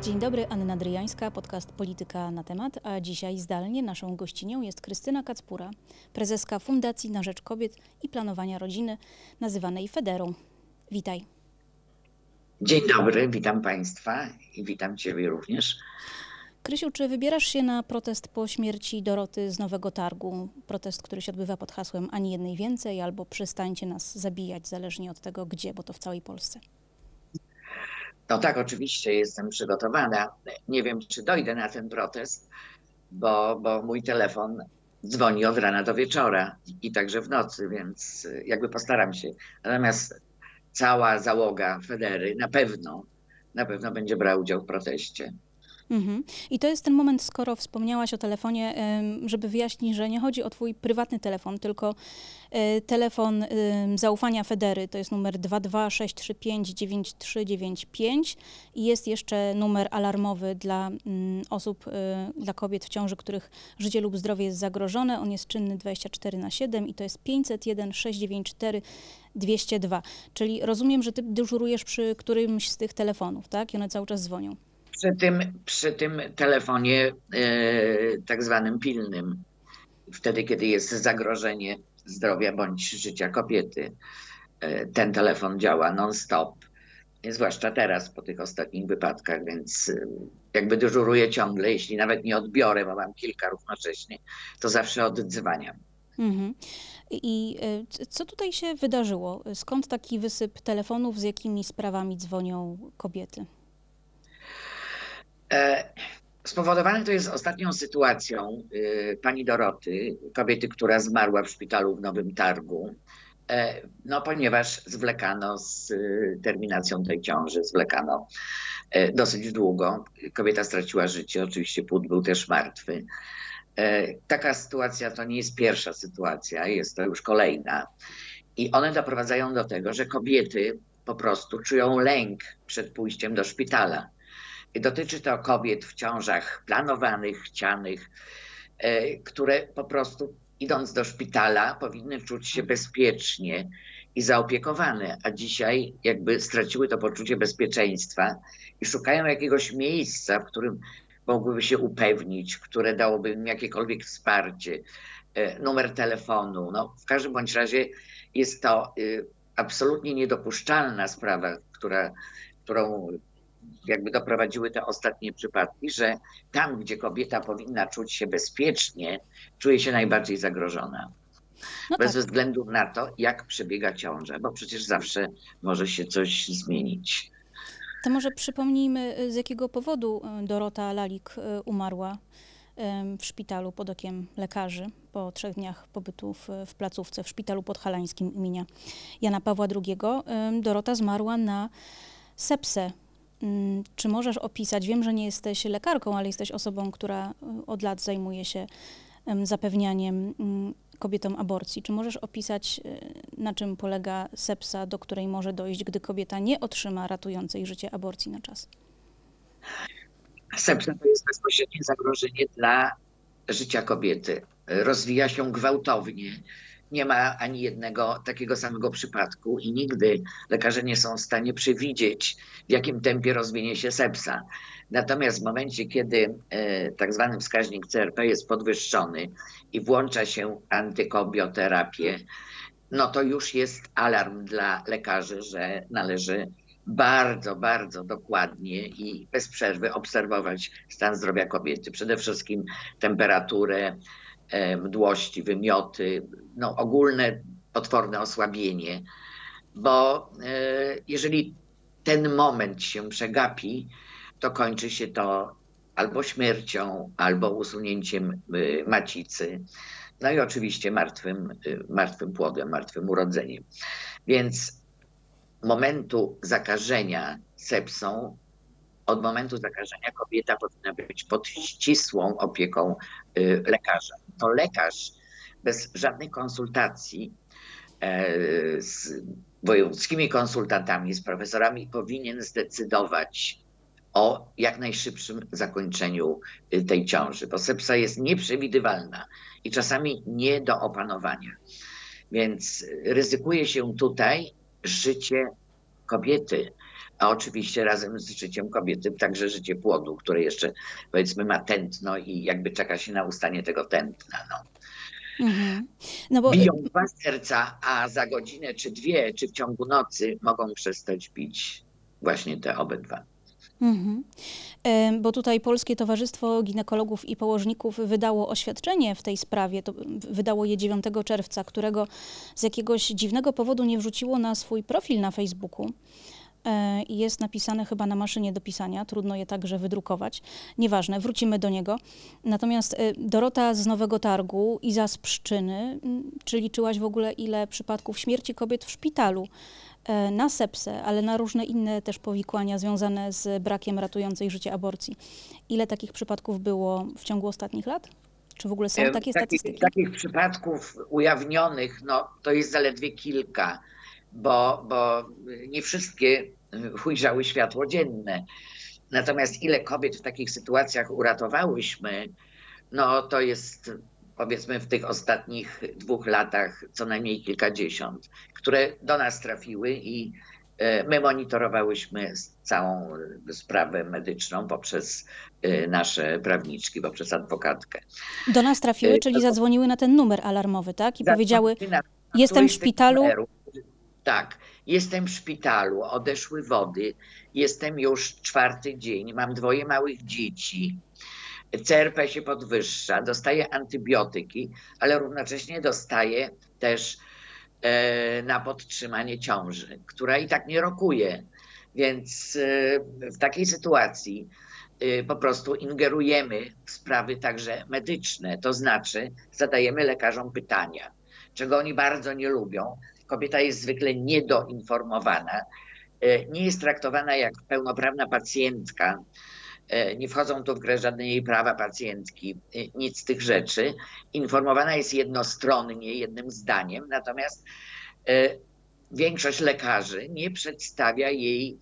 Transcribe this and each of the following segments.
Dzień dobry, Anna Dryjańska, podcast Polityka na temat, a dzisiaj zdalnie naszą gościnią jest Krystyna Kacpura, prezeska Fundacji na Rzecz Kobiet i Planowania Rodziny, nazywanej Federą. Witaj. Dzień dobry, witam Państwa i witam Ciebie również. Krysiu, czy wybierasz się na protest po śmierci Doroty z Nowego Targu? Protest, który się odbywa pod hasłem ani jednej więcej albo przestańcie nas zabijać, zależnie od tego gdzie, bo to w całej Polsce. No tak, oczywiście jestem przygotowana. Nie wiem, czy dojdę na ten protest, bo mój telefon dzwoni od rana do wieczora i także w nocy, więc jakby postaram się. Natomiast cała załoga Federy na pewno będzie brała udział w proteście. I to jest ten moment, skoro wspomniałaś o telefonie, żeby wyjaśnić, że nie chodzi o twój prywatny telefon, tylko telefon zaufania Federy, to jest numer 226359395 i jest jeszcze numer alarmowy dla osób, dla kobiet w ciąży, których życie lub zdrowie jest zagrożone. On jest czynny 24/7 i to jest 501 694 202. Czyli rozumiem, że ty dyżurujesz przy którymś z tych telefonów, tak? I one cały czas dzwonią. Przy tym telefonie tak zwanym pilnym, wtedy kiedy jest zagrożenie zdrowia bądź życia kobiety, ten telefon działa non-stop, zwłaszcza teraz po tych ostatnich wypadkach, więc jakby dyżuruję ciągle, jeśli nawet nie odbiorę, bo mam kilka równocześnie, to zawsze oddzwaniam. I co tutaj się wydarzyło? Skąd taki wysyp telefonów, z jakimi sprawami dzwonią kobiety? Spowodowane to jest ostatnią sytuacją pani Doroty, kobiety, która zmarła w szpitalu w Nowym Targu, no ponieważ zwlekano z terminacją tej ciąży, zwlekano dosyć długo. Kobieta straciła życie, oczywiście płód był też martwy. Taka sytuacja to nie jest pierwsza sytuacja, jest to już kolejna. I one doprowadzają do tego, że kobiety po prostu czują lęk przed pójściem do szpitala. I dotyczy to kobiet w ciążach planowanych, chcianych, które po prostu idąc do szpitala powinny czuć się bezpiecznie i zaopiekowane, a dzisiaj jakby straciły to poczucie bezpieczeństwa i szukają jakiegoś miejsca, w którym mogłyby się upewnić, które dałoby im jakiekolwiek wsparcie, numer telefonu. No, w każdym bądź razie jest to absolutnie niedopuszczalna sprawa, którą jakby doprowadziły te ostatnie przypadki, że tam, gdzie kobieta powinna czuć się bezpiecznie, czuje się najbardziej zagrożona. No bez względu na to, jak przebiega ciąża, bo przecież zawsze może się coś zmienić. To może przypomnijmy, z jakiego powodu Dorota Lalik umarła w szpitalu pod okiem lekarzy po 3 dniach pobytu w placówce w szpitalu podhalańskim imienia Jana Pawła II. Dorota zmarła na sepsę. Czy możesz opisać, wiem, że nie jesteś lekarką, ale jesteś osobą, która od lat zajmuje się zapewnianiem kobietom aborcji. Czy możesz opisać, na czym polega sepsa, do której może dojść, gdy kobieta nie otrzyma ratującej życie aborcji na czas? Sepsa to jest bezpośrednie zagrożenie dla życia kobiety. Rozwija się gwałtownie. Nie ma ani jednego takiego samego przypadku i nigdy lekarze nie są w stanie przewidzieć, w jakim tempie rozwinie się sepsa. Natomiast w momencie, kiedy tak zwany wskaźnik CRP jest podwyższony i włącza się antykobioterapię, no to już jest alarm dla lekarzy, że należy bardzo, bardzo dokładnie i bez przerwy obserwować stan zdrowia kobiety. Przede wszystkim temperaturę, mdłości, wymioty, no ogólne potworne osłabienie, bo jeżeli ten moment się przegapi, to kończy się to albo śmiercią, albo usunięciem macicy, no i oczywiście martwym płodem, martwym urodzeniem. Więc momentu zakażenia sepsą, od momentu zakażenia kobieta powinna być pod ścisłą opieką lekarza. To lekarz bez żadnych konsultacji z wojewódzkimi konsultantami, z profesorami powinien zdecydować o jak najszybszym zakończeniu tej ciąży, bo sepsa jest nieprzewidywalna i czasami nie do opanowania. Więc ryzykuje się tutaj życie kobiety, a oczywiście razem z życiem kobiety także życie płodu, które jeszcze powiedzmy ma tętno i jakby czeka się na ustanie tego tętna. No. No bo Biją dwa serca, a za godzinę czy dwie, czy w ciągu nocy mogą przestać bić właśnie te obydwa. Bo tutaj Polskie Towarzystwo Ginekologów i Położników wydało oświadczenie w tej sprawie, to wydało je 9 czerwca, którego z jakiegoś dziwnego powodu nie wrzuciło na swój profil na Facebooku. I jest napisane chyba na maszynie do pisania, trudno je także wydrukować. Nieważne, wrócimy do niego. Natomiast Dorota z Nowego Targu, Iza z Pszczyny, czy liczyłaś w ogóle ile przypadków śmierci kobiet w szpitalu na sepsę, ale na różne inne też powikłania związane z brakiem ratującej życie aborcji. Ile takich przypadków było w ciągu ostatnich lat? Czy w ogóle są takie statystyki? Takich przypadków ujawnionych, no, to jest zaledwie kilka, bo nie wszystkie ujrzały światło dzienne. Natomiast ile kobiet w takich sytuacjach uratowałyśmy, no to jest powiedzmy w tych ostatnich 2 latach co najmniej kilkadziesiąt, które do nas trafiły i my monitorowałyśmy całą sprawę medyczną poprzez nasze prawniczki, poprzez adwokatkę. Do nas trafiły, czyli zadzwoniły na ten numer alarmowy, tak? I powiedziały, jestem w szpitalu. Tak, jestem w szpitalu, odeszły wody, jestem już 4. dzień, mam 2 małych dzieci, CRP się podwyższa, dostaję antybiotyki, ale równocześnie dostaję też na podtrzymanie ciąży, która i tak nie rokuje. Więc w takiej sytuacji po prostu ingerujemy w sprawy także medyczne, to znaczy zadajemy lekarzom pytania, czego oni bardzo nie lubią. Kobieta jest zwykle niedoinformowana, nie jest traktowana jak pełnoprawna pacjentka, nie wchodzą tu w grę żadne jej prawa pacjentki, nic z tych rzeczy. Informowana jest jednostronnie, jednym zdaniem, natomiast większość lekarzy nie przedstawia jej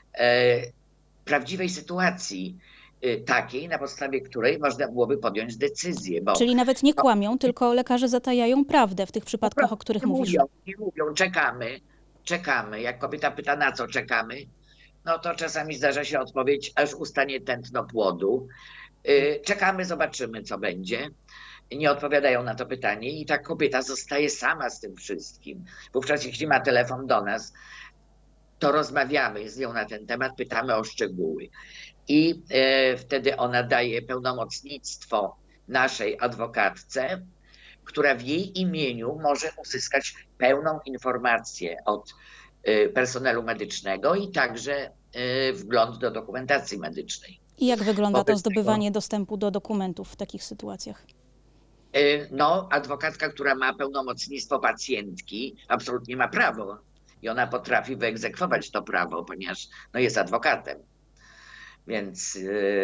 prawdziwej sytuacji, takiej, na podstawie której można byłoby podjąć decyzję. Czyli nawet nie kłamią, tylko lekarze zatajają prawdę w tych przypadkach, o których mówisz. Nie mówią, czekamy. Jak kobieta pyta, na co czekamy, no to czasami zdarza się odpowiedź, aż ustanie tętno płodu. Czekamy, zobaczymy, co będzie. Nie odpowiadają na to pytanie i ta kobieta zostaje sama z tym wszystkim. Wówczas, jeśli ma telefon do nas, to rozmawiamy z nią na ten temat, pytamy o szczegóły. I wtedy ona daje pełnomocnictwo naszej adwokatce, która w jej imieniu może uzyskać pełną informację od personelu medycznego i także wgląd do dokumentacji medycznej. I jak wygląda to zdobywanie dostępu do dokumentów w takich sytuacjach? No, adwokatka, która ma pełnomocnictwo pacjentki, absolutnie ma prawo i ona potrafi wyegzekwować to prawo, ponieważ no, jest adwokatem. Więc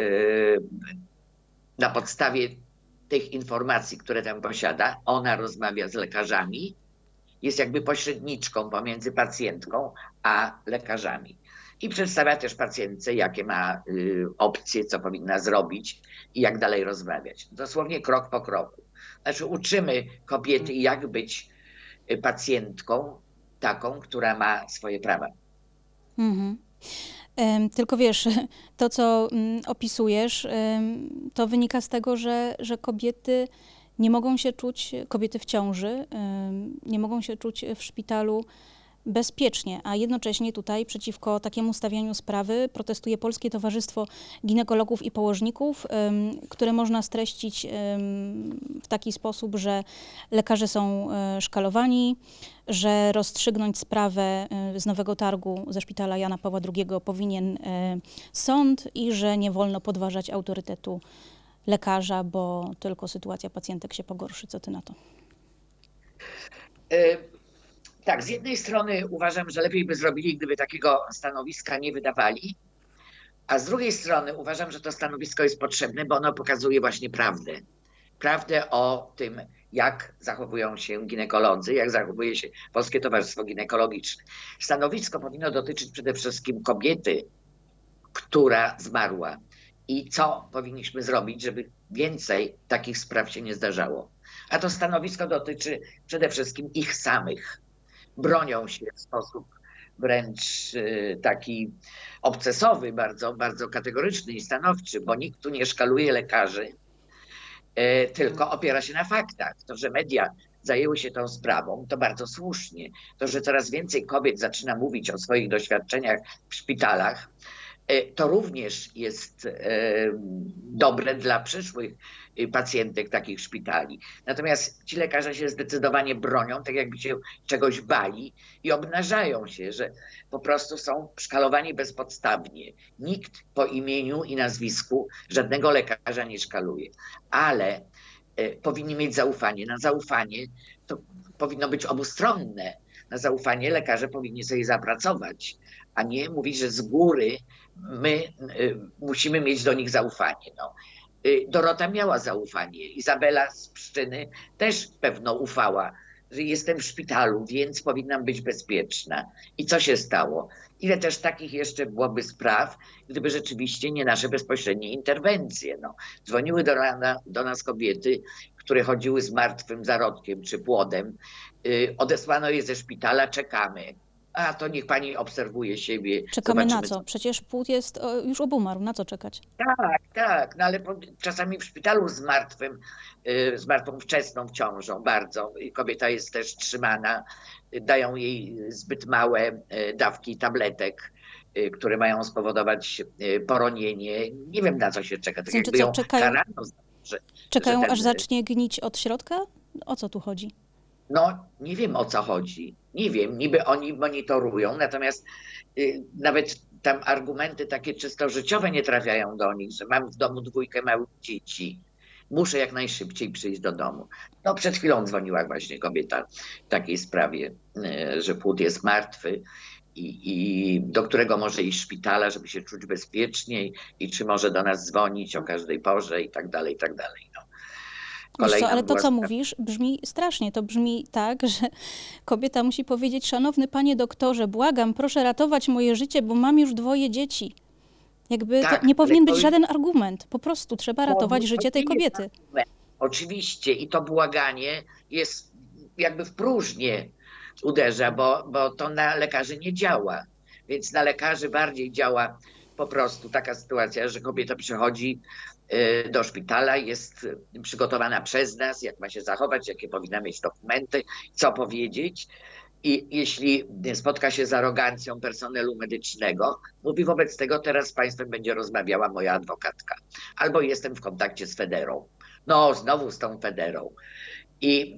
na podstawie tych informacji, które tam posiada, ona rozmawia z lekarzami, jest jakby pośredniczką pomiędzy pacjentką a lekarzami. I przedstawia też pacjentce, jakie ma opcje, co powinna zrobić i jak dalej rozmawiać. Dosłownie krok po kroku. Znaczy uczymy kobiety, jak być pacjentką taką, która ma swoje prawa. Tylko wiesz, to co opisujesz, to wynika z tego, że kobiety nie mogą się czuć, kobiety w ciąży, nie mogą się czuć w szpitalu bezpiecznie, a jednocześnie tutaj przeciwko takiemu stawianiu sprawy protestuje Polskie Towarzystwo Ginekologów i Położników, które można streścić w taki sposób, że lekarze są szkalowani, że rozstrzygnąć sprawę z Nowego Targu ze szpitala Jana Pawła II powinien sąd i że nie wolno podważać autorytetu lekarza, bo tylko sytuacja pacjentek się pogorszy. Co ty na to? Tak, z jednej strony uważam, że lepiej by zrobili, gdyby takiego stanowiska nie wydawali, a z drugiej strony uważam, że to stanowisko jest potrzebne, bo ono pokazuje właśnie prawdę. Prawdę o tym, jak zachowują się ginekolodzy, jak zachowuje się Polskie Towarzystwo Ginekologiczne. Stanowisko powinno dotyczyć przede wszystkim kobiety, która zmarła i co powinniśmy zrobić, żeby więcej takich spraw się nie zdarzało. A to stanowisko dotyczy przede wszystkim ich samych. Bronią się w sposób wręcz taki obcesowy, bardzo, bardzo kategoryczny i stanowczy, bo nikt tu nie szkaluje lekarzy, tylko opiera się na faktach. To, że media zajęły się tą sprawą, to bardzo słusznie. To, że coraz więcej kobiet zaczyna mówić o swoich doświadczeniach w szpitalach, to również jest dobre dla przyszłych pacjentek takich szpitali. Natomiast ci lekarze się zdecydowanie bronią, tak jakby się czegoś bali i obnażają się, że po prostu są szkalowani bezpodstawnie. Nikt po imieniu i nazwisku żadnego lekarza nie szkaluje, ale powinni mieć zaufanie. Na zaufanie to powinno być obustronne. Na zaufanie lekarze powinni sobie zapracować, a nie mówić, że z góry my musimy mieć do nich zaufanie. No. Dorota miała zaufanie, Izabela z Pszczyny też pewno ufała, że jestem w szpitalu, więc powinnam być bezpieczna. I co się stało? Ile też takich jeszcze byłoby spraw, gdyby rzeczywiście nie nasze bezpośrednie interwencje. No. Dzwoniły do nas kobiety, które chodziły z martwym zarodkiem czy płodem. Odesłano je ze szpitala, czekamy. A to niech pani obserwuje siebie. Czekamy na co? Przecież płód jest już obumarł. Na co czekać? Tak, tak. No ale czasami w szpitalu z martwą wczesną ciążą bardzo. Kobieta jest też trzymana. Dają jej zbyt małe dawki tabletek, które mają spowodować poronienie. Nie wiem, na co się czeka. Tak Znaczy, jakby co, ją karano. Czekają, aż zacznie gnić od środka? O co tu chodzi? No, nie wiem, o co chodzi. Nie wiem, niby oni monitorują, natomiast nawet tam argumenty takie czysto życiowe nie trafiają do nich, że mam w domu 2 małych dzieci. Muszę jak najszybciej przyjść do domu. No, przed chwilą dzwoniła właśnie kobieta w takiej sprawie, że płód jest martwy i do którego może iść szpitala, żeby się czuć bezpieczniej i czy może do nas dzwonić o każdej porze i tak dalej, i tak dalej. No. Wiesz co, ale to, co mówisz, brzmi strasznie. To brzmi tak, że kobieta musi powiedzieć: szanowny panie doktorze, błagam, proszę ratować moje życie, bo mam już 2 dzieci. Jakby tak, to nie powinien być żaden argument. Po prostu trzeba ratować życie tej kobiety. Oczywiście i to błaganie jest jakby w próżnię uderza, bo to na lekarzy nie działa. Więc na lekarzy bardziej działa po prostu taka sytuacja, że kobieta przychodzi do szpitala, jest przygotowana przez nas, jak ma się zachować, jakie powinna mieć dokumenty, co powiedzieć. I jeśli spotka się z arogancją personelu medycznego, mówi: wobec tego teraz z państwem będzie rozmawiała moja adwokatka. Albo jestem w kontakcie z Federą. No, znowu z tą Federą. I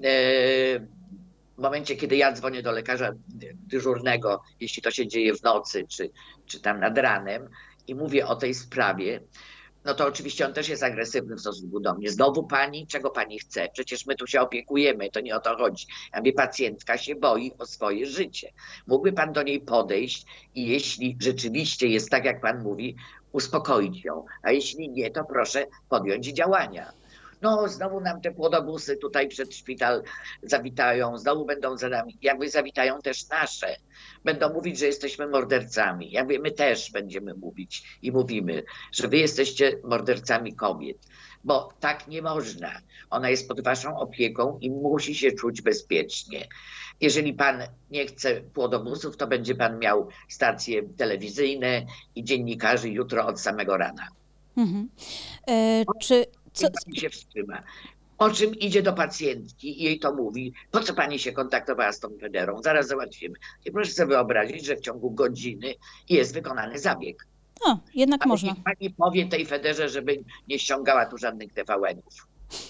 w momencie, kiedy ja dzwonię do lekarza dyżurnego, jeśli to się dzieje w nocy, czy tam nad ranem, i mówię o tej sprawie, no to oczywiście on też jest agresywny w stosunku do mnie. Znowu pani? Czego pani chce? Przecież my tu się opiekujemy, to nie o to chodzi. Ja mówię: pacjentka się boi o swoje życie. Mógłby pan do niej podejść i jeśli rzeczywiście jest tak, jak pan mówi, uspokoić ją. A jeśli nie, to proszę podjąć działania. No, znowu nam te płodobusy tutaj przed szpital zawitają, znowu będą za nami, jakby zawitają też nasze. Będą mówić, że jesteśmy mordercami. Jakby my też będziemy mówić i mówimy, że wy jesteście mordercami kobiet, bo tak nie można. Ona jest pod waszą opieką i musi się czuć bezpiecznie. Jeżeli pan nie chce płodobusów, to będzie pan miał stacje telewizyjne i dziennikarzy jutro od samego rana. Mhm. Pani się wstrzyma. Po czym idzie do pacjentki i jej to mówi: po co pani się kontaktowała z tą Federą? Zaraz załatwimy. I proszę sobie wyobrazić, że w ciągu godziny jest wykonany zabieg. O, jednak można. Niech pani powie tej Federze, żeby nie ściągała tu żadnych TVN-ów.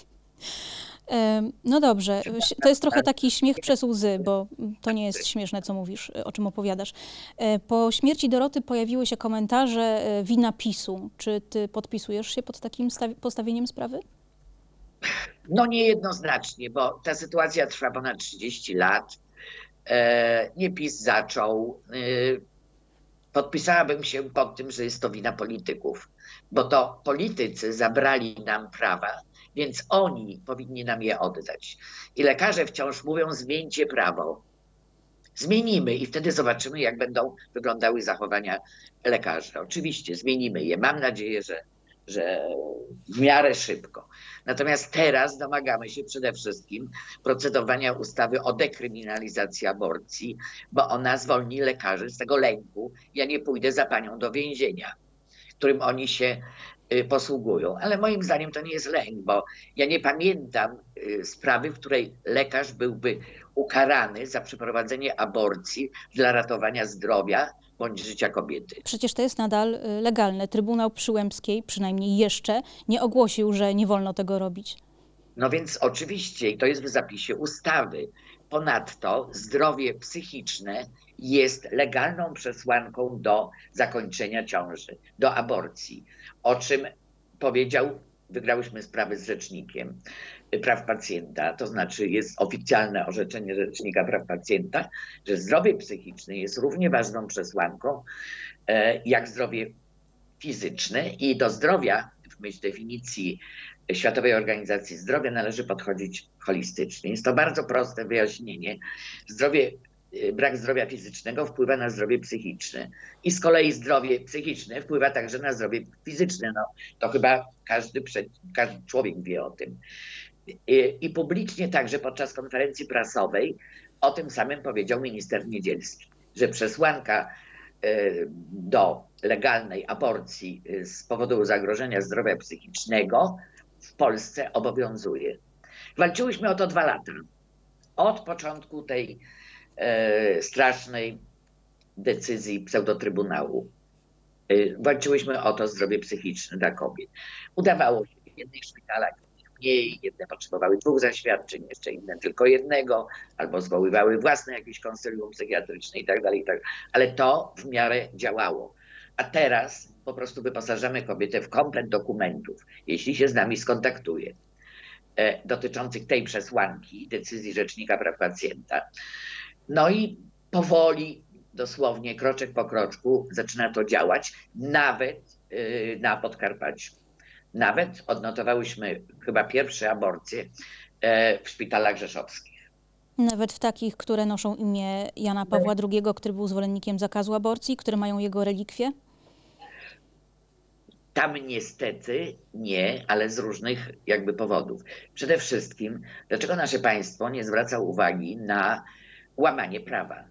No dobrze, to jest trochę taki śmiech przez łzy, bo to nie jest śmieszne, co mówisz, o czym opowiadasz. Po śmierci Doroty pojawiły się komentarze: wina PiS-u. Czy ty podpisujesz się pod takim postawieniem sprawy? No niejednoznacznie, bo ta sytuacja trwa ponad 30 lat. Nie PiS zaczął. Podpisałabym się pod tym, że jest to wina polityków, bo to politycy zabrali nam prawa, więc oni powinni nam je oddać. I lekarze wciąż mówią: zmieńcie prawo. Zmienimy i wtedy zobaczymy, jak będą wyglądały zachowania lekarzy. Oczywiście zmienimy je. Mam nadzieję, że w miarę szybko. Natomiast teraz domagamy się przede wszystkim procedowania ustawy o dekryminalizacji aborcji, bo ona zwolni lekarzy z tego lęku. Ja nie pójdę za panią do więzienia, którym oni się posługują. Ale moim zdaniem to nie jest lęk, bo ja nie pamiętam sprawy, w której lekarz byłby ukarany za przeprowadzenie aborcji dla ratowania zdrowia bądź życia kobiety. Przecież to jest nadal legalne. Trybunał Przyłębskiej, przynajmniej jeszcze, nie ogłosił, że nie wolno tego robić. No więc oczywiście, i to jest w zapisie ustawy. Ponadto zdrowie psychiczne jest legalną przesłanką do zakończenia ciąży, do aborcji, o czym powiedział, wygrałyśmy sprawę z Rzecznikiem Praw Pacjenta, to znaczy jest oficjalne orzeczenie Rzecznika Praw Pacjenta, że zdrowie psychiczne jest równie ważną przesłanką jak zdrowie fizyczne i do zdrowia, w myśl definicji Światowej Organizacji Zdrowia, należy podchodzić holistycznie. Jest to bardzo proste wyjaśnienie. Brak zdrowia fizycznego wpływa na zdrowie psychiczne i z kolei zdrowie psychiczne wpływa także na zdrowie fizyczne. No, to chyba każdy człowiek wie o tym. I publicznie także podczas konferencji prasowej o tym samym powiedział minister Niedzielski, że przesłanka do legalnej aborcji z powodu zagrożenia zdrowia psychicznego w Polsce obowiązuje. Walczyłyśmy o to 2 lata. Od początku tej strasznej decyzji pseudotrybunału. Walczyłyśmy o to zdrowie psychiczne dla kobiet. Udawało się w jednych szpitalach mniej, jedne potrzebowały 2 zaświadczeń, jeszcze inne tylko 1, albo zwoływały własne jakieś konsylium psychiatryczne i tak dalej, ale to w miarę działało. A teraz po prostu wyposażamy kobietę w komplet dokumentów, jeśli się z nami skontaktuje, dotyczących tej przesłanki decyzji Rzecznika Praw Pacjenta. No i powoli, dosłownie kroczek po kroczku zaczyna to działać, nawet na Podkarpaciu. Nawet odnotowałyśmy chyba pierwsze aborcje w szpitalach rzeszowskich. Nawet w takich, które noszą imię Jana Pawła II, który był zwolennikiem zakazu aborcji, które mają jego relikwie? Tam niestety nie, ale z różnych jakby powodów. Przede wszystkim, dlaczego nasze państwo nie zwraca uwagi na łamanie prawa?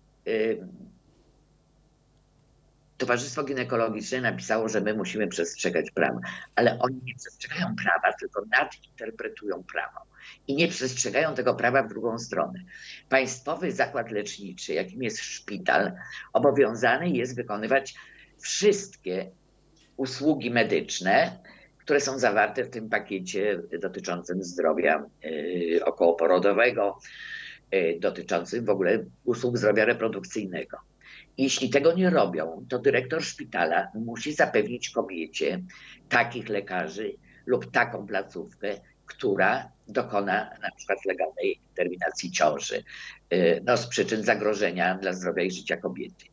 Towarzystwo Ginekologiczne napisało, że my musimy przestrzegać prawa, ale oni nie przestrzegają prawa, tylko nadinterpretują prawo i nie przestrzegają tego prawa w drugą stronę. Państwowy zakład leczniczy, jakim jest szpital, obowiązany jest wykonywać wszystkie usługi medyczne, które są zawarte w tym pakiecie dotyczącym zdrowia okołoporodowego, dotyczącym w ogóle usług zdrowia reprodukcyjnego. Jeśli tego nie robią, to dyrektor szpitala musi zapewnić kobiecie takich lekarzy lub taką placówkę, która dokona na przykład legalnej terminacji ciąży z przyczyn zagrożenia dla zdrowia i życia kobiety.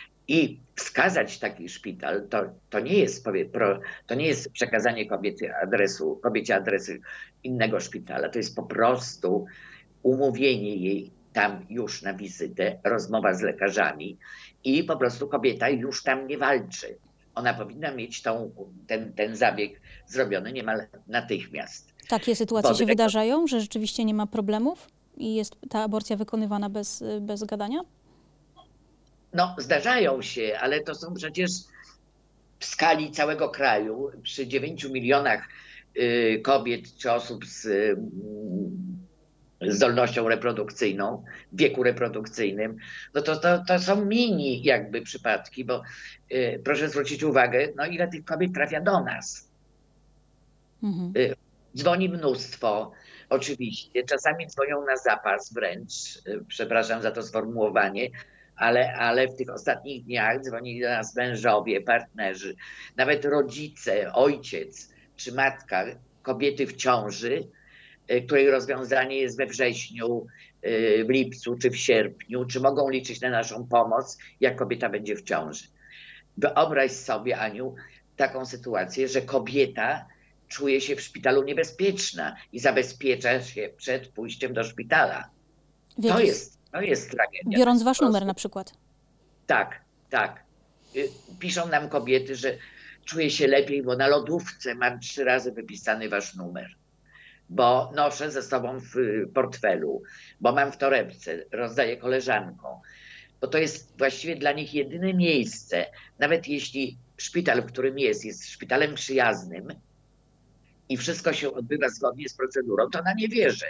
I taki szpital to nie jest przekazanie kobiecie adresu innego szpitala, to jest po prostu umówienie jej tam już na wizytę, rozmowa z lekarzami i po prostu kobieta już tam nie walczy. Ona powinna mieć ten zabieg zrobiony niemal natychmiast. Takie sytuacje się wydarzają, że rzeczywiście nie ma problemów i jest ta aborcja wykonywana bez gadania? No, zdarzają się, ale to są przecież w skali całego kraju, przy 9 milionach kobiet czy osób z zdolnością reprodukcyjną, w wieku reprodukcyjnym, no to są mini jakby przypadki, bo proszę zwrócić uwagę, no ile tych kobiet trafia do nas. Mhm. Dzwoni mnóstwo, oczywiście, czasami dzwonią na zapas wręcz, przepraszam za to sformułowanie, ale w tych ostatnich dniach dzwonili do nas mężowie, partnerzy, nawet rodzice, ojciec czy matka kobiety w ciąży, której rozwiązanie jest we wrześniu, w lipcu czy w sierpniu, czy mogą liczyć na naszą pomoc, jak kobieta będzie w ciąży. Wyobraź sobie, Aniu, taką sytuację, że kobieta czuje się w szpitalu niebezpieczna i zabezpiecza się przed pójściem do szpitala. To jest tragedia. Biorąc wasz numer na przykład. Tak. Piszą nam kobiety, że czuję się lepiej, bo na lodówce mam 3 razy wypisany wasz numer, bo noszę ze sobą w portfelu, bo mam w torebce, rozdaję koleżankom, bo to jest właściwie dla nich jedyne miejsce, nawet jeśli szpital, w którym jest szpitalem przyjaznym i wszystko się odbywa zgodnie z procedurą, to ona nie wierzy.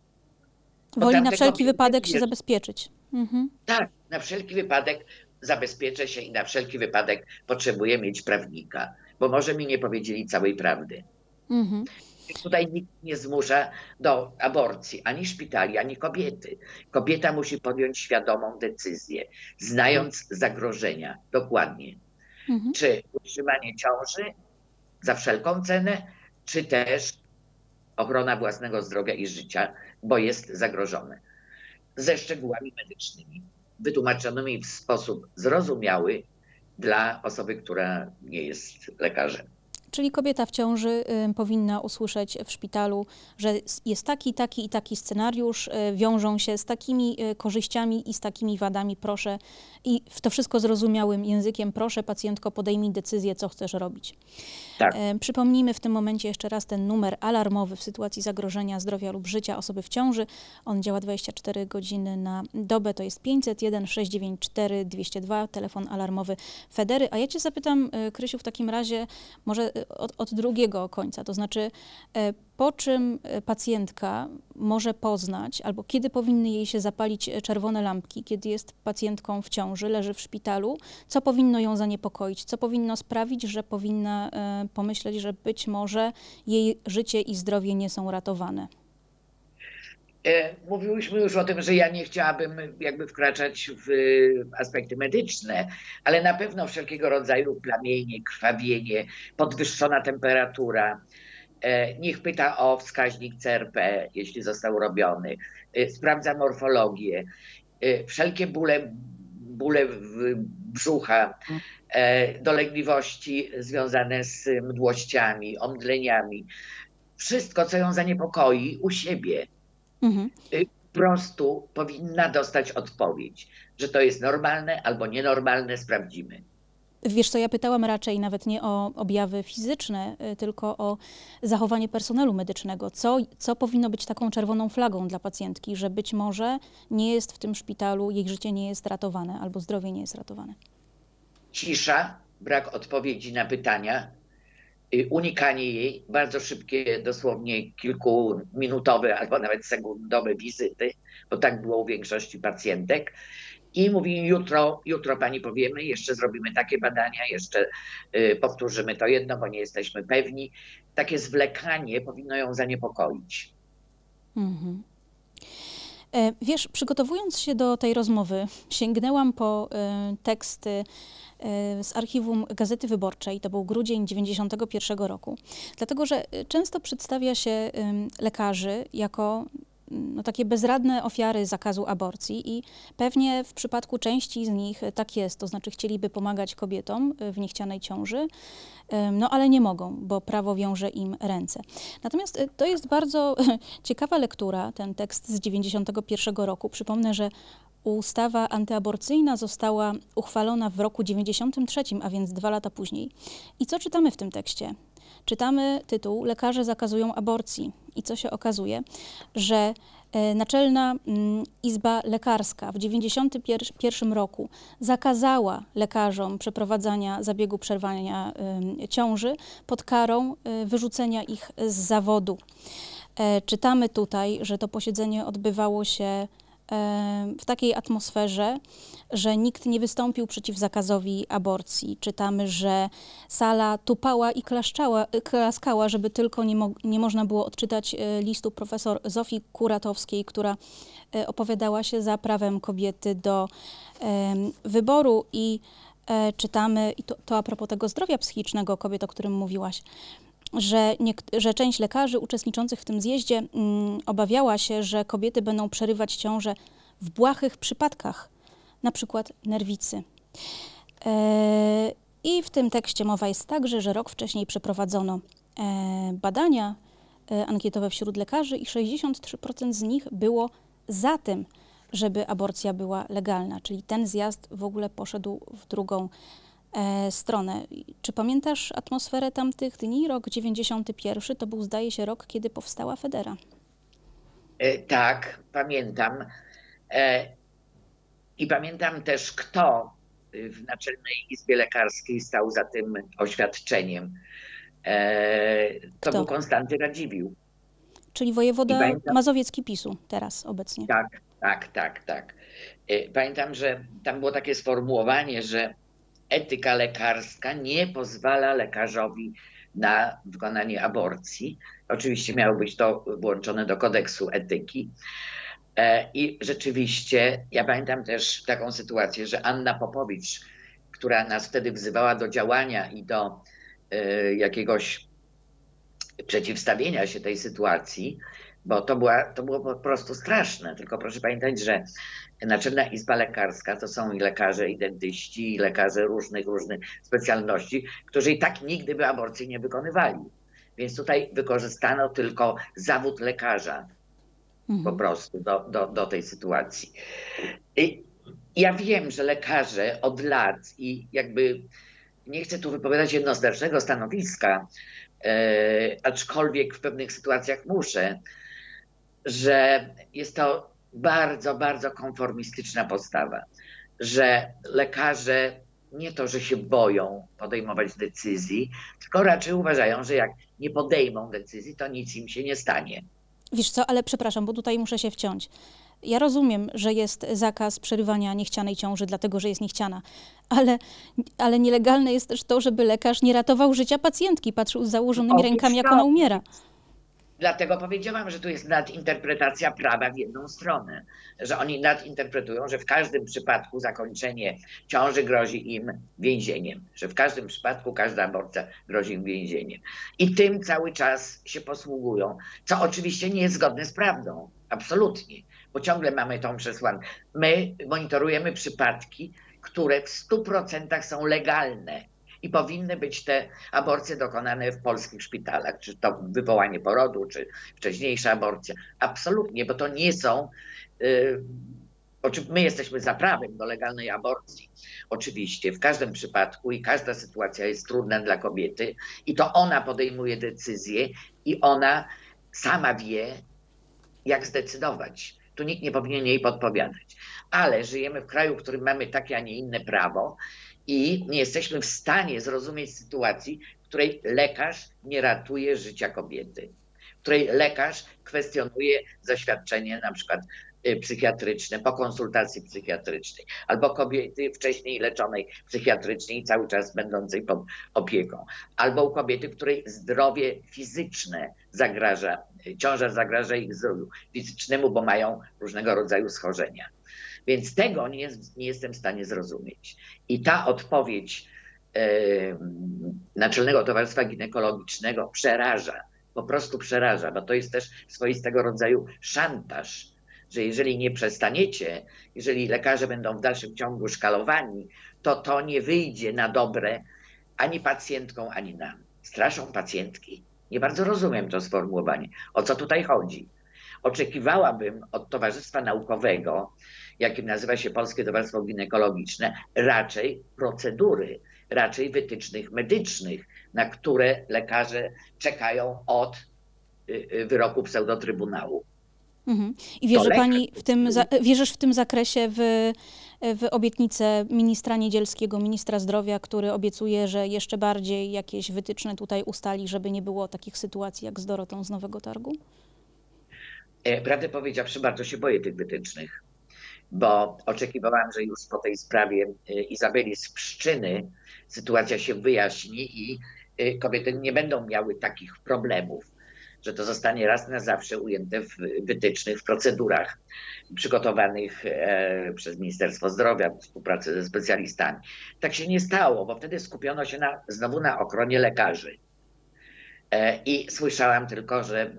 Woli na wszelki wypadek się zabezpieczyć. Tak, na wszelki wypadek zabezpieczę się i na wszelki wypadek potrzebuję mieć prawnika, bo może mi nie powiedzieli całej prawdy. Tutaj nikt nie zmusza do aborcji, ani szpitali, ani kobiety. Kobieta musi podjąć świadomą decyzję, znając zagrożenia dokładnie. Czy utrzymanie ciąży za wszelką cenę, czy też ochrona własnego zdrowia i życia, bo jest zagrożone. Ze szczegółami medycznymi, wytłumaczonymi w sposób zrozumiały dla osoby, która nie jest lekarzem. Czyli kobieta w ciąży powinna usłyszeć w szpitalu, że jest taki, taki i taki scenariusz, wiążą się z takimi korzyściami i z takimi wadami, proszę. I to wszystko zrozumiałym językiem, proszę pacjentko, podejmij decyzję, co chcesz robić. Tak. Przypomnijmy w tym momencie jeszcze raz ten numer alarmowy w sytuacji zagrożenia zdrowia lub życia osoby w ciąży. On działa 24 godziny na dobę, to jest 501 694 202, telefon alarmowy Federy. A ja cię zapytam, Krysiu, w takim razie może od drugiego końca, to znaczy po czym pacjentka może poznać, albo kiedy powinny jej się zapalić czerwone lampki, kiedy jest pacjentką w ciąży, leży w szpitalu, co powinno ją zaniepokoić, co powinno sprawić, że powinna pomyśleć, że być może jej życie i zdrowie nie są ratowane. Mówiłyśmy już o tym, że ja nie chciałabym jakby wkraczać w aspekty medyczne, ale na pewno wszelkiego rodzaju plamienie, krwawienie, podwyższona temperatura. Niech pyta o wskaźnik CRP, jeśli został robiony. Sprawdza morfologię. Wszelkie bóle brzucha, dolegliwości związane z mdłościami, omdleniami. Wszystko, co ją zaniepokoi u siebie. Po prostu powinna dostać odpowiedź, że to jest normalne albo nienormalne, sprawdzimy. Wiesz co, ja pytałam raczej nawet nie o objawy fizyczne, tylko o zachowanie personelu medycznego. Co powinno być taką czerwoną flagą dla pacjentki, że być może nie jest w tym szpitalu, jej życie nie jest ratowane albo zdrowie nie jest ratowane? Cisza, brak odpowiedzi na pytania, unikanie jej, bardzo szybkie, dosłownie kilkuminutowe albo nawet sekundowe wizyty, bo tak było u większości pacjentek. I mówi, jutro pani powiemy, jeszcze zrobimy takie badania, jeszcze powtórzymy to jedno, bo nie jesteśmy pewni. Takie zwlekanie powinno ją zaniepokoić. Wiesz, przygotowując się do tej rozmowy, sięgnęłam po teksty z archiwum Gazety Wyborczej, to był grudzień 1991 roku, dlatego że często przedstawia się lekarzy jako takie bezradne ofiary zakazu aborcji i pewnie w przypadku części z nich tak jest, to znaczy chcieliby pomagać kobietom w niechcianej ciąży, no ale nie mogą, bo prawo wiąże im ręce. Natomiast to jest bardzo ciekawa lektura, ten tekst z 1991 roku. Przypomnę, że ustawa antyaborcyjna została uchwalona w roku 1993, a więc 2 lata później. I co czytamy w tym tekście? Czytamy tytuł „Lekarze zakazują aborcji” i co się okazuje, że Naczelna Izba Lekarska w 1991 roku zakazała lekarzom przeprowadzania zabiegu przerwania ciąży pod karą wyrzucenia ich z zawodu. Czytamy tutaj, że to posiedzenie odbywało się w takiej atmosferze, że nikt nie wystąpił przeciw zakazowi aborcji. Czytamy, że sala tupała i klaskała, żeby tylko nie można było odczytać listu profesor Zofii Kuratowskiej, która opowiadała się za prawem kobiety do wyboru i czytamy, i to a propos tego zdrowia psychicznego kobiet, o którym mówiłaś, że część lekarzy uczestniczących w tym zjeździe obawiała się, że kobiety będą przerywać ciążę w błahych przypadkach, na przykład nerwicy. I w tym tekście mowa jest także, że rok wcześniej przeprowadzono badania ankietowe wśród lekarzy i 63% z nich było za tym, żeby aborcja była legalna, czyli ten zjazd w ogóle poszedł w drugą stronę. Czy pamiętasz atmosferę tamtych dni? Rok 91 to był, zdaje się, rok, kiedy powstała Federa. Tak, pamiętam. I pamiętam też, kto w Naczelnej Izbie Lekarskiej stał za tym oświadczeniem. To Kto? był Konstanty Radziwiłł. Czyli wojewoda pamiętam, mazowiecki PiS-u teraz obecnie. tak. Pamiętam, że tam było takie sformułowanie, że etyka lekarska nie pozwala lekarzowi na wykonanie aborcji. Oczywiście miało być to włączone do kodeksu etyki. I rzeczywiście, ja pamiętam też taką sytuację, że Anna Popowicz, która nas wtedy wzywała do działania i do jakiegoś przeciwstawienia się tej sytuacji, bo to było po prostu straszne. Tylko proszę pamiętać, że Naczelna Izba Lekarska to są i lekarze, i dentyści, i lekarze różnych specjalności, którzy i tak nigdy by aborcji nie wykonywali. Więc tutaj wykorzystano tylko zawód lekarza po prostu do tej sytuacji. I ja wiem, że lekarze od lat i jakby nie chcę tu wypowiadać jednoznacznego stanowiska, aczkolwiek w pewnych sytuacjach muszę, że jest to bardzo, bardzo konformistyczna postawa, że lekarze nie to, że się boją podejmować decyzji, tylko raczej uważają, że jak nie podejmą decyzji, to nic im się nie stanie. Wiesz co, ale przepraszam, bo tutaj muszę się wciąć. Ja rozumiem, że jest zakaz przerywania niechcianej ciąży, dlatego że jest niechciana, ale nielegalne jest też to, żeby lekarz nie ratował życia pacjentki, patrzył z założonymi rękami, jak ona umiera. Dlatego powiedziałam, że tu jest nadinterpretacja prawa w jedną stronę, że oni nadinterpretują, że w każdym przypadku zakończenie ciąży grozi im więzieniem, że w każdym przypadku każda aborcja grozi im więzieniem. I tym cały czas się posługują, co oczywiście nie jest zgodne z prawdą, absolutnie, bo ciągle mamy tą przesłankę. My monitorujemy przypadki, które w 100% są legalne. I powinny być te aborcje dokonane w polskich szpitalach, czy to wywołanie porodu, czy wcześniejsza aborcja. Absolutnie, bo to nie są... My jesteśmy za prawem do legalnej aborcji. Oczywiście w każdym przypadku i każda sytuacja jest trudna dla kobiety i to ona podejmuje decyzję i ona sama wie, jak zdecydować. Tu nikt nie powinien jej podpowiadać. Ale żyjemy w kraju, w którym mamy takie, a nie inne prawo, i nie jesteśmy w stanie zrozumieć sytuacji, w której lekarz nie ratuje życia kobiety, w której lekarz kwestionuje zaświadczenie na przykład psychiatryczne po konsultacji psychiatrycznej, albo kobiety wcześniej leczonej psychiatrycznie i cały czas będącej pod opieką, albo u kobiety, której zdrowie fizyczne zagraża, ciąża zagraża ich zdrowiu fizycznemu, bo mają różnego rodzaju schorzenia. Więc tego nie jestem w stanie zrozumieć. I ta odpowiedź Naczelnego Towarzystwa Ginekologicznego przeraża, po prostu przeraża, bo to jest też swoistego rodzaju szantaż, że jeżeli nie przestaniecie, jeżeli lekarze będą w dalszym ciągu szkalowani, to nie wyjdzie na dobre ani pacjentkom, ani nam. Straszą pacjentki. Nie bardzo rozumiem to sformułowanie. O co tutaj chodzi? Oczekiwałabym od Towarzystwa Naukowego, jakim nazywa się Polskie Towarzystwo Ginekologiczne, raczej procedury, raczej wytycznych medycznych, na które lekarze czekają od wyroku pseudotrybunału. I wierzysz w tym zakresie w obietnicę ministra Niedzielskiego, ministra zdrowia, który obiecuje, że jeszcze bardziej jakieś wytyczne tutaj ustali, żeby nie było takich sytuacji jak z Dorotą z Nowego Targu? Prawdę powiedziawszy, bardzo się boję tych wytycznych, bo oczekiwałam, że już po tej sprawie Izabeli z Pszczyny sytuacja się wyjaśni i kobiety nie będą miały takich problemów, że to zostanie raz na zawsze ujęte w wytycznych, w procedurach przygotowanych przez Ministerstwo Zdrowia w współpracy ze specjalistami. Tak się nie stało, bo wtedy skupiono się znowu na ochronie lekarzy. I słyszałam tylko, że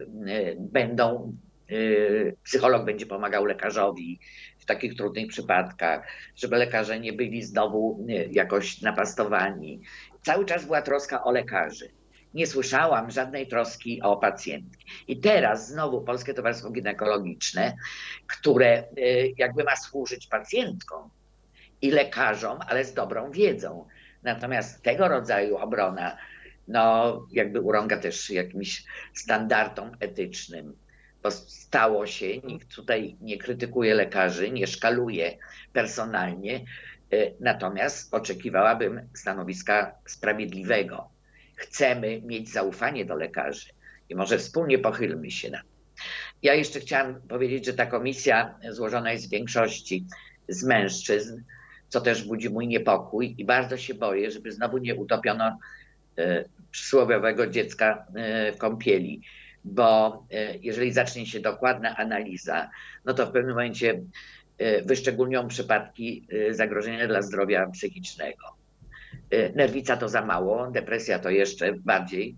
psycholog będzie pomagał lekarzowi w takich trudnych przypadkach, żeby lekarze nie byli znowu jakoś napastowani. Cały czas była troska o lekarzy. Nie słyszałam żadnej troski o pacjentki. I teraz znowu Polskie Towarzystwo Ginekologiczne, które jakby ma służyć pacjentkom i lekarzom, ale z dobrą wiedzą, Natomiast tego rodzaju obrona, no jakby urąga też jakimś standardom etycznym, bo stało się, nikt tutaj nie krytykuje lekarzy, nie szkaluje personalnie, natomiast oczekiwałabym stanowiska sprawiedliwego. Chcemy mieć zaufanie do lekarzy i może wspólnie pochylmy się na. Ja jeszcze chciałam powiedzieć, że ta komisja złożona jest w większości z mężczyzn, co też budzi mój niepokój i bardzo się boję, żeby znowu nie utopiono przysłowiowego dziecka w kąpieli, bo jeżeli zacznie się dokładna analiza, no to w pewnym momencie wyszczególnią przypadki zagrożenia dla zdrowia psychicznego. Nerwica to za mało, depresja to jeszcze bardziej,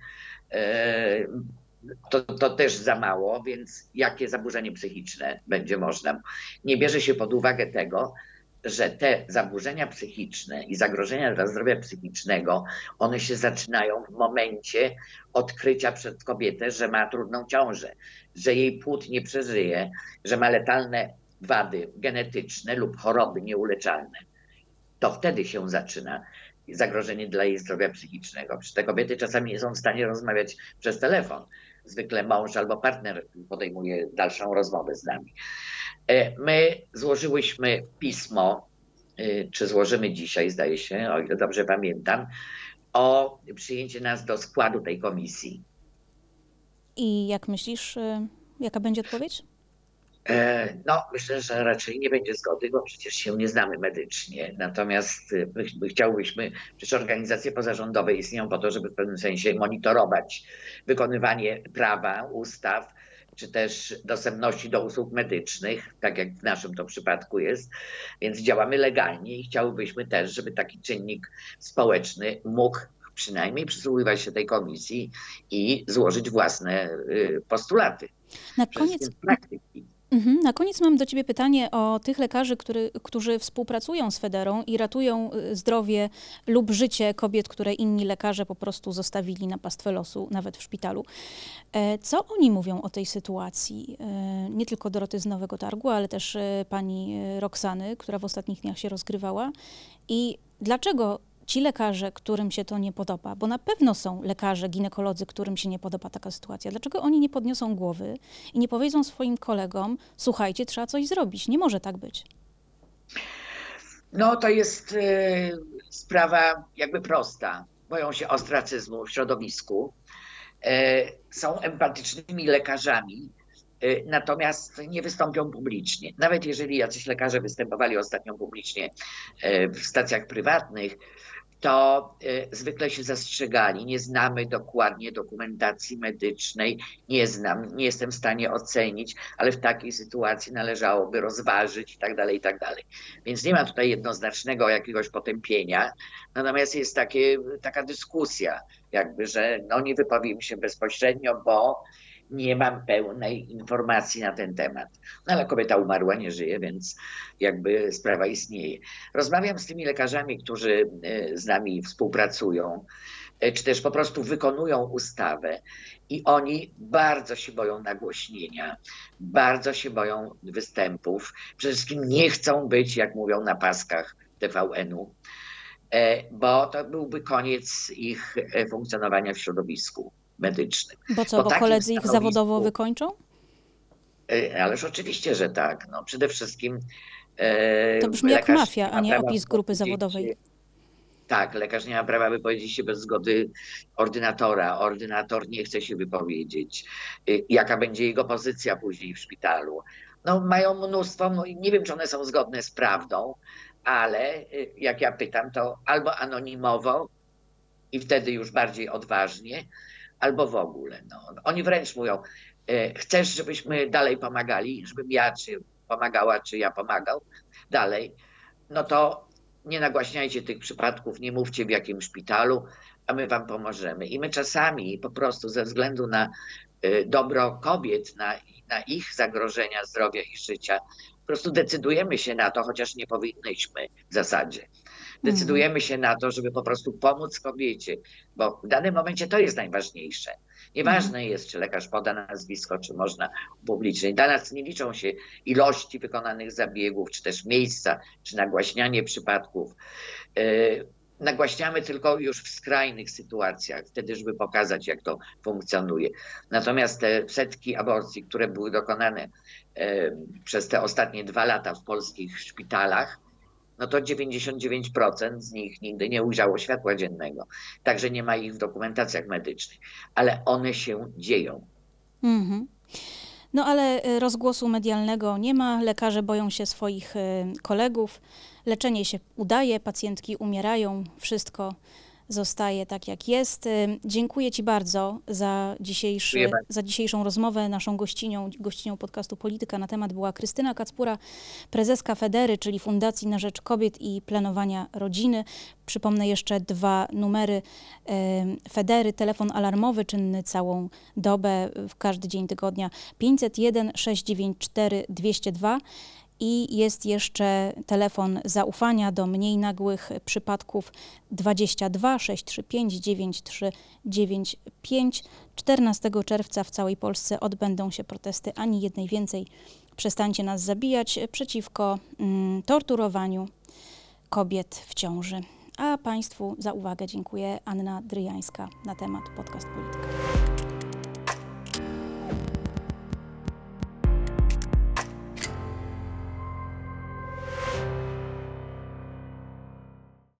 to też za mało, więc jakie zaburzenie psychiczne będzie można? Nie bierze się pod uwagę tego, że te zaburzenia psychiczne i zagrożenia dla zdrowia psychicznego, one się zaczynają w momencie odkrycia przez kobietę, że ma trudną ciążę, że jej płód nie przeżyje, że ma letalne wady genetyczne lub choroby nieuleczalne. To wtedy się zaczyna zagrożenie dla jej zdrowia psychicznego. Przecież te kobiety czasami nie są w stanie rozmawiać przez telefon. Zwykle mąż albo partner podejmuje dalszą rozmowę z nami. My złożyłyśmy pismo, czy złożymy dzisiaj, zdaje się, o ile dobrze pamiętam, o przyjęcie nas do składu tej komisji. I jak myślisz, jaka będzie odpowiedź? No, myślę, że raczej nie będzie zgody, bo przecież się nie znamy medycznie. Natomiast chciałbyśmy, przecież organizacje pozarządowe istnieją po to, żeby w pewnym sensie monitorować wykonywanie prawa, ustaw, czy też dostępności do usług medycznych, tak jak w naszym to przypadku jest. Więc działamy legalnie i chciałbyśmy też, żeby taki czynnik społeczny mógł przynajmniej przysłuchiwać się tej komisji i złożyć własne postulaty. Na koniec mam do ciebie pytanie o tych lekarzy, którzy współpracują z Federą i ratują zdrowie lub życie kobiet, które inni lekarze po prostu zostawili na pastwę losu, nawet w szpitalu. Co oni mówią o tej sytuacji? Nie tylko Doroty z Nowego Targu, ale też pani Roxany, która w ostatnich dniach się rozgrywała. I dlaczego ci lekarze, którym się to nie podoba, bo na pewno są lekarze, ginekolodzy, którym się nie podoba taka sytuacja, dlaczego oni nie podniosą głowy i nie powiedzą swoim kolegom, słuchajcie, trzeba coś zrobić, nie może tak być? No to jest sprawa jakby prosta. Boją się ostracyzmu w środowisku. Są empatycznymi lekarzami, natomiast nie wystąpią publicznie. Nawet jeżeli jacyś lekarze występowali ostatnio publicznie w stacjach prywatnych, to zwykle się zastrzegali. Nie znamy dokładnie dokumentacji medycznej, nie jestem w stanie ocenić, ale w takiej sytuacji należałoby rozważyć i tak dalej, i tak dalej. Więc nie ma tutaj jednoznacznego jakiegoś potępienia, natomiast jest taka dyskusja, jakby, że no nie wypowiem się bezpośrednio, bo nie mam pełnej informacji na ten temat. No ale kobieta umarła, nie żyje, więc jakby sprawa istnieje. Rozmawiam z tymi lekarzami, którzy z nami współpracują, czy też po prostu wykonują ustawę i oni bardzo się boją nagłośnienia, bardzo się boją występów. Przede wszystkim nie chcą być, jak mówią, na paskach TVN-u, bo to byłby koniec ich funkcjonowania w środowisku medycznym. Bo co, bo koledzy ich zawodowo wykończą? Ależ oczywiście, że tak. No, przede wszystkim to brzmi jak mafia, a nie opis grupy zawodowej. Tak, lekarz nie ma prawa wypowiedzieć się bez zgody ordynatora. Ordynator nie chce się wypowiedzieć. Jaka będzie jego pozycja później w szpitalu. No, mają mnóstwo, no, nie wiem, czy one są zgodne z prawdą, ale jak ja pytam, to albo anonimowo i wtedy już bardziej odważnie, albo w ogóle. No. Oni wręcz mówią, chcesz, żebyśmy dalej pomagali, żebym ja czy pomagała, czy ja pomagał dalej, no to nie nagłaśniajcie tych przypadków, nie mówcie w jakim szpitalu, a my wam pomożemy. I my czasami po prostu ze względu na dobro kobiet, na ich zagrożenia zdrowia i życia, po prostu decydujemy się na to, chociaż nie powinnyśmy w zasadzie. Decydujemy się na to, żeby po prostu pomóc kobiecie, bo w danym momencie to jest najważniejsze. Nieważne jest, czy lekarz poda nazwisko, czy można upublicznić. Dla nas nie liczą się ilości wykonanych zabiegów, czy też miejsca, czy nagłaśnianie przypadków. nagłaśniamy tylko już w skrajnych sytuacjach, wtedy, żeby pokazać, jak to funkcjonuje. Natomiast te setki aborcji, które były dokonane przez te ostatnie 2 lata w polskich szpitalach, no to 99% z nich nigdy nie ujrzało światła dziennego. Także nie ma ich w dokumentacjach medycznych, ale one się dzieją. Mhm. No ale rozgłosu medialnego nie ma, lekarze boją się swoich kolegów, leczenie się udaje, pacjentki umierają, wszystko zostaje tak jak jest. Dziękuję Ci bardzo za dzisiejszą rozmowę. Naszą gościnią podcastu Polityka na temat była Krystyna Kacpura, prezeska Federy, czyli Fundacji na Rzecz Kobiet i Planowania Rodziny. Przypomnę jeszcze 2 numery Federy, telefon alarmowy czynny całą dobę, w każdy dzień tygodnia 501 694 202. I jest jeszcze telefon zaufania do mniej nagłych przypadków 22 635 9395. 14 czerwca w całej Polsce odbędą się protesty Ani jednej więcej. Przestańcie nas zabijać przeciwko torturowaniu kobiet w ciąży. A Państwu za uwagę dziękuję. Anna Dryjańska na temat Podcast Polityka.